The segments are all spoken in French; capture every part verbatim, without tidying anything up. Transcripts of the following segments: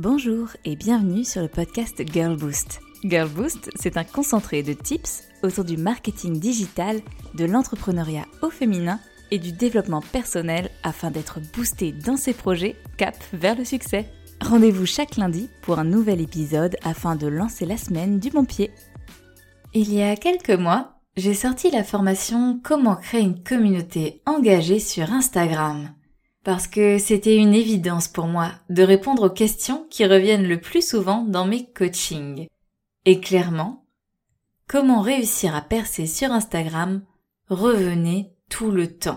Bonjour et bienvenue sur le podcast Girl Boost. Girl Boost, c'est un concentré de tips autour du marketing digital, de l'entrepreneuriat au féminin et du développement personnel afin d'être boosté dans ses projets cap vers le succès. Rendez-vous chaque lundi pour un nouvel épisode afin de lancer la semaine du bon pied. Il y a quelques mois, j'ai sorti la formation « Comment créer une communauté engagée sur Instagram ». Parce que c'était une évidence pour moi de répondre aux questions qui reviennent le plus souvent dans mes coachings. Et clairement, comment réussir à percer sur Instagram revenait tout le temps.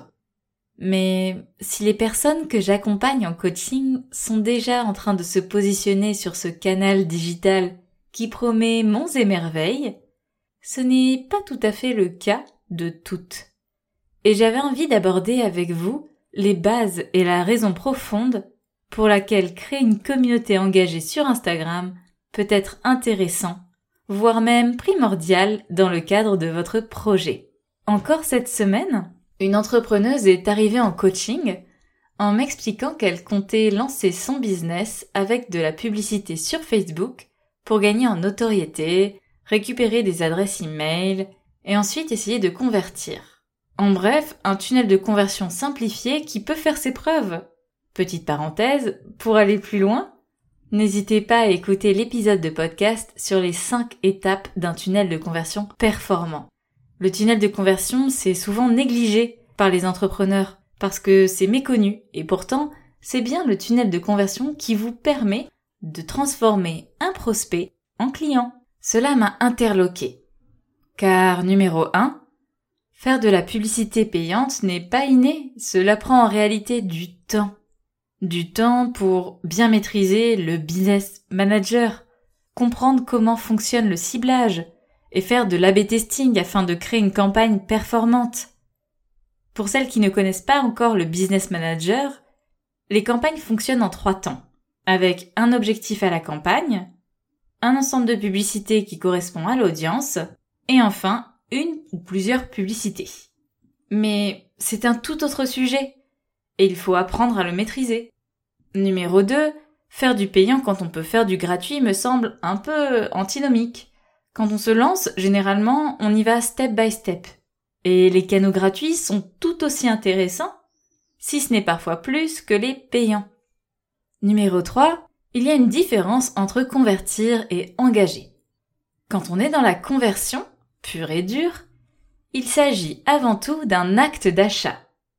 Mais si les personnes que j'accompagne en coaching sont déjà en train de se positionner sur ce canal digital qui promet monts et merveilles, ce n'est pas tout à fait le cas de toutes. Et j'avais envie d'aborder avec vous les bases et la raison profonde pour laquelle créer une communauté engagée sur Instagram peut être intéressant, voire même primordial dans le cadre de votre projet. Encore cette semaine, une entrepreneuse est arrivée en coaching en m'expliquant qu'elle comptait lancer son business avec de la publicité sur Facebook pour gagner en notoriété, récupérer des adresses e-mail et ensuite essayer de convertir. En bref, un tunnel de conversion simplifié qui peut faire ses preuves. Petite parenthèse, pour aller plus loin, n'hésitez pas à écouter l'épisode de podcast sur les cinq étapes d'un tunnel de conversion performant. Le tunnel de conversion, c'est souvent négligé par les entrepreneurs parce que c'est méconnu et pourtant, c'est bien le tunnel de conversion qui vous permet de transformer un prospect en client. Cela m'a interloqué. Car numéro un, faire de la publicité payante n'est pas inné, cela prend en réalité du temps. Du temps pour bien maîtriser le business manager, comprendre comment fonctionne le ciblage et faire de l'A B testing afin de créer une campagne performante. Pour celles qui ne connaissent pas encore le business manager, les campagnes fonctionnent en trois temps, avec un objectif à la campagne, un ensemble de publicités qui correspond à l'audience et enfin une ou plusieurs publicités. Mais c'est un tout autre sujet, et il faut apprendre à le maîtriser. Numéro deux, faire du payant quand on peut faire du gratuit me semble un peu antinomique. Quand on se lance, généralement, on y va step by step. Et les canaux gratuits sont tout aussi intéressants, si ce n'est parfois plus que les payants. Numéro trois, il y a une différence entre convertir et engager. Quand on est dans la conversion, pur et dur, il s'agit avant tout d'un acte d'achat.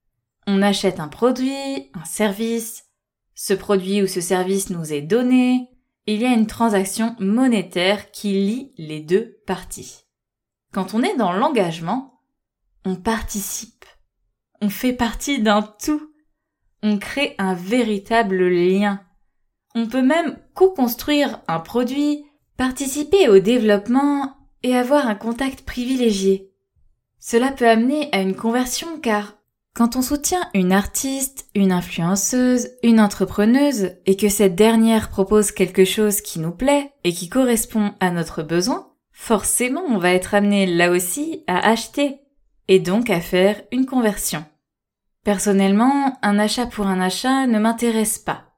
On achète un produit, un service, ce produit ou ce service nous est donné, il y a une transaction monétaire qui lie les deux parties. Quand on est dans l'engagement, on participe, on fait partie d'un tout, on crée un véritable lien. On peut même co-construire un produit, participer au développement et avoir un contact privilégié. Cela peut amener à une conversion car quand on soutient une artiste, une influenceuse, une entrepreneuse et que cette dernière propose quelque chose qui nous plaît et qui correspond à notre besoin, forcément on va être amené là aussi à acheter et donc à faire une conversion. Personnellement, un achat pour un achat ne m'intéresse pas.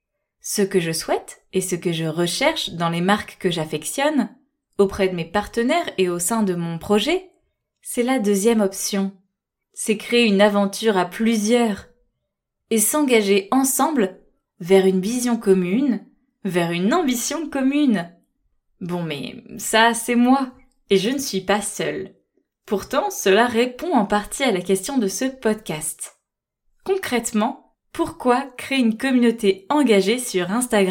Ce que je souhaite et ce que je recherche dans les marques que j'affectionne, auprès de mes partenaires et au sein de mon projet, c'est la deuxième option. C'est créer une aventure à plusieurs et s'engager ensemble vers une vision commune, vers une ambition commune. Bon mais ça c'est moi et je ne suis pas seule. Pourtant cela répond en partie à la question de ce podcast. Concrètement, pourquoi créer une communauté engagée sur Instagram ?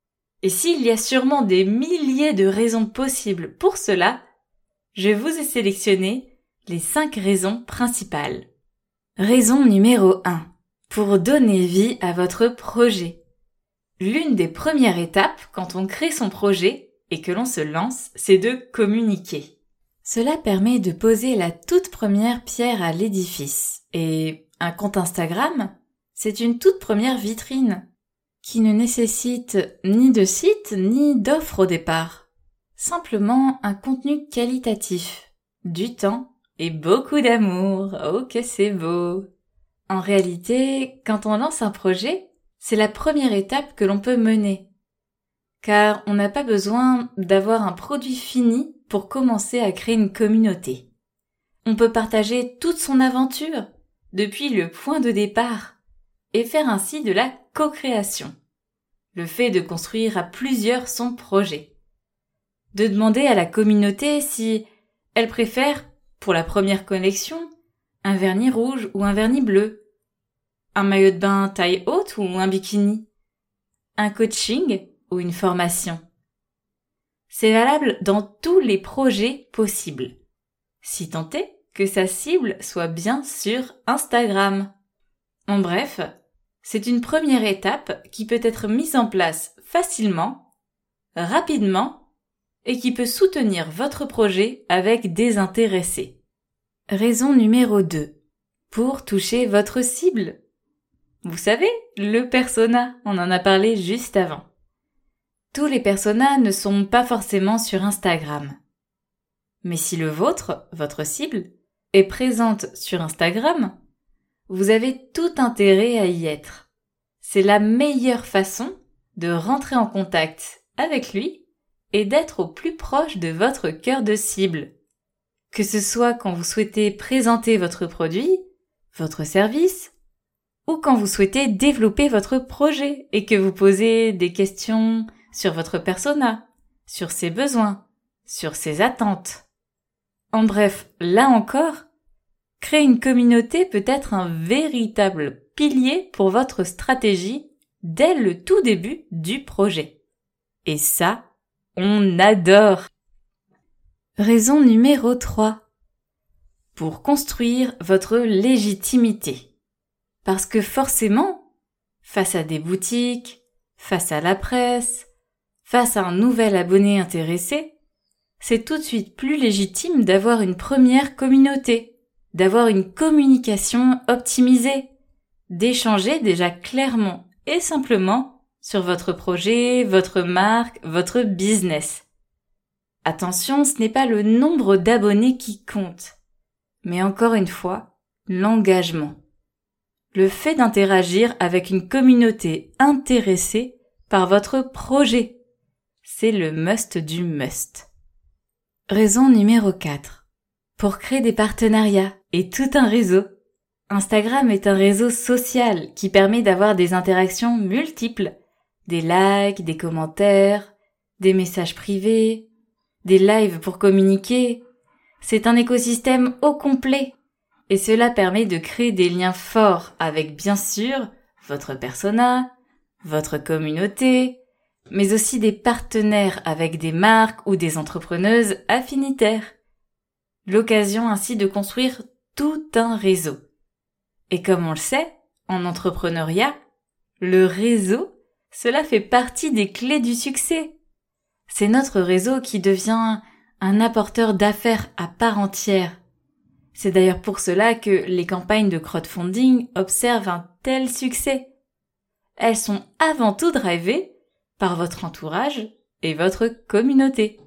Et s'il y a sûrement des milliers de raisons possibles pour cela, je vous ai sélectionné les cinq raisons principales. Raison numéro un. Pour donner vie à votre projet. L'une des premières étapes quand on crée son projet et que l'on se lance, c'est de communiquer. Cela permet de poser la toute première pierre à l'édifice. Et un compte Instagram, c'est une toute première vitrine qui ne nécessite ni de site ni d'offre au départ. Simplement un contenu qualitatif, du temps et beaucoup d'amour. Oh que c'est beau! En réalité, quand on lance un projet, c'est la première étape que l'on peut mener. car on n'a pas besoin d'avoir un produit fini pour commencer à créer une communauté. On peut partager toute son aventure depuis le point de départ et faire ainsi de la co-création. Le fait de construire à plusieurs son projet. De demander à la communauté si elle préfère, pour la première connexion, un vernis rouge ou un vernis bleu, un maillot de bain taille haute ou un bikini, un coaching ou une formation. C'est valable dans tous les projets possibles, si tant est que sa cible soit bien sur Instagram. En bref, c'est une première étape qui peut être mise en place facilement, rapidement et qui peut soutenir votre projet avec des intéressés. Raison numéro deux. Pour toucher votre cible. Vous savez, le persona, on en a parlé juste avant. Tous les personas ne sont pas forcément sur Instagram. Mais si le vôtre, votre cible, est présente sur Instagram, vous avez tout intérêt à y être. C'est la meilleure façon de rentrer en contact avec lui et d'être au plus proche de votre cœur de cible. Que ce soit quand vous souhaitez présenter votre produit, votre service, ou quand vous souhaitez développer votre projet et que vous posez des questions sur votre persona, sur ses besoins, sur ses attentes. En bref, là encore, créer une communauté peut être un véritable pilier pour votre stratégie dès le tout début du projet. Et ça, on adore! Raison numéro trois. Pour construire votre légitimité. Parce que forcément, face à des boutiques, face à la presse, face à un nouvel abonné intéressé, c'est tout de suite plus légitime d'avoir une première communauté, d'avoir une communication optimisée, d'échanger déjà clairement et simplement sur votre projet, votre marque, votre business. Attention, ce n'est pas le nombre d'abonnés qui compte, mais encore une fois, l'engagement. Le fait d'interagir avec une communauté intéressée par votre projet, c'est le must du must. Raison numéro quatre. Pour créer des partenariats et tout un réseau. Instagram est un réseau social qui permet d'avoir des interactions multiples, des likes, des commentaires, des messages privés, des lives pour communiquer. C'est un écosystème au complet et cela permet de créer des liens forts avec bien sûr votre persona, votre communauté, mais aussi des partenaires avec des marques ou des entrepreneuses affinitaires. L'occasion ainsi de construire tout un réseau. Et comme on le sait, en entrepreneuriat, le réseau, cela fait partie des clés du succès. C'est notre réseau qui devient un apporteur d'affaires à part entière. C'est d'ailleurs pour cela que les campagnes de crowdfunding observent un tel succès. Elles sont avant tout drivées par votre entourage et votre communauté.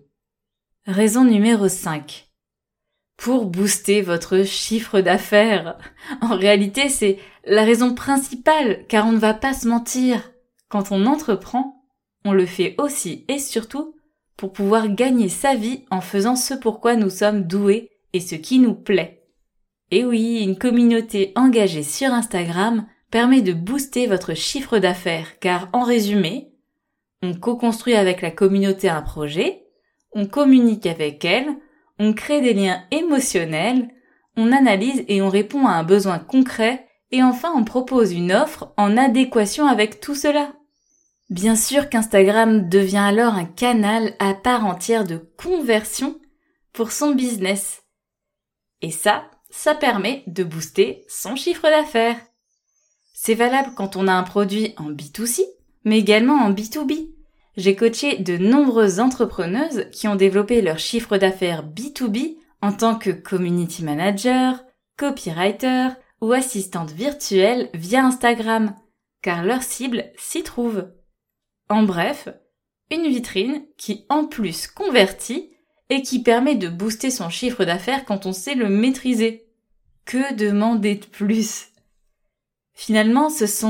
Raison numéro cinq. Pour booster votre chiffre d'affaires. En réalité, c'est la raison principale, car on ne va pas se mentir. Quand on entreprend, on le fait aussi et surtout pour pouvoir gagner sa vie en faisant ce pourquoi nous sommes doués et ce qui nous plaît. Et oui, une communauté engagée sur Instagram permet de booster votre chiffre d'affaires, car en résumé, on co-construit avec la communauté un projet, on communique avec elle, on crée des liens émotionnels, on analyse et on répond à un besoin concret et enfin on propose une offre en adéquation avec tout cela. Bien sûr qu'Instagram devient alors un canal à part entière de conversion pour son business. Et ça, ça permet de booster son chiffre d'affaires. C'est valable quand on a un produit en B deux C, mais également en B deux B. J'ai coaché de nombreuses entrepreneuses qui ont développé leur chiffre d'affaires B deux B en tant que community manager, copywriter ou assistante virtuelle via Instagram, car leur cible s'y trouve. En bref, une vitrine qui en plus convertit et qui permet de booster son chiffre d'affaires quand on sait le maîtriser. Que demander de plus ? Finalement, ce sont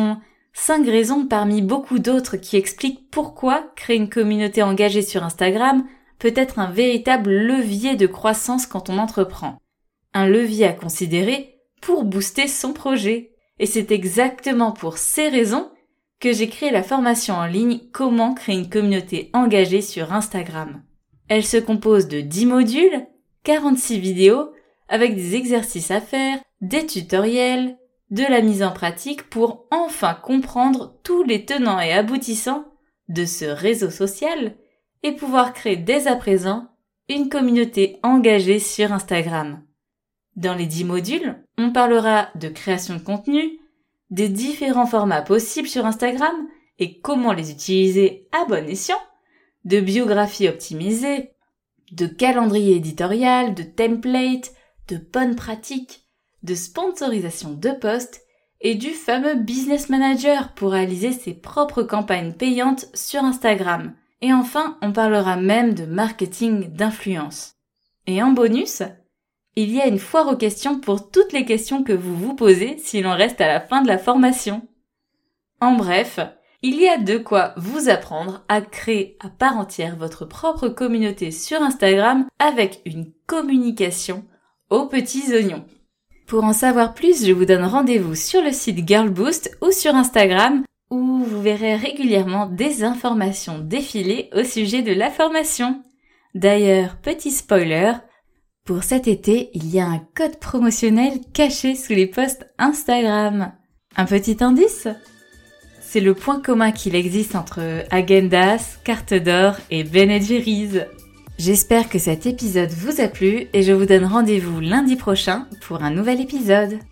cinq raisons parmi beaucoup d'autres qui expliquent pourquoi créer une communauté engagée sur Instagram peut être un véritable levier de croissance quand on entreprend. Un levier à considérer pour booster son projet. Et c'est exactement pour ces raisons que j'ai créé la formation en ligne « Comment créer une communauté engagée sur Instagram ». Elle se compose de dix modules, quarante-six vidéos, avec des exercices à faire, des tutoriels, de la mise en pratique pour enfin comprendre tous les tenants et aboutissants de ce réseau social et pouvoir créer dès à présent une communauté engagée sur Instagram. Dans les dix modules, on parlera de création de contenu, des différents formats possibles sur Instagram et comment les utiliser à bon escient, de biographie optimisée, de calendrier éditorial, de template, de bonnes pratiques, de sponsorisation de posts et du fameux Business Manager pour réaliser ses propres campagnes payantes sur Instagram. Et enfin, on parlera même de marketing d'influence. Et en bonus, il y a une foire aux questions pour toutes les questions que vous vous posez si l'on reste à la fin de la formation. En bref, il y a de quoi vous apprendre à créer à part entière votre propre communauté sur Instagram avec une communication aux petits oignons. Pour en savoir plus, je vous donne rendez-vous sur le site Girlboost ou sur Instagram où vous verrez régulièrement des informations défiler au sujet de la formation. D'ailleurs, petit spoiler, pour cet été, il y a un code promotionnel caché sous les posts Instagram. Un petit indice ? C'est le point commun qu'il existe entre Agendas, Carte d'Or et Ben and Jerry's. J'espère que cet épisode vous a plu et je vous donne rendez-vous lundi prochain pour un nouvel épisode.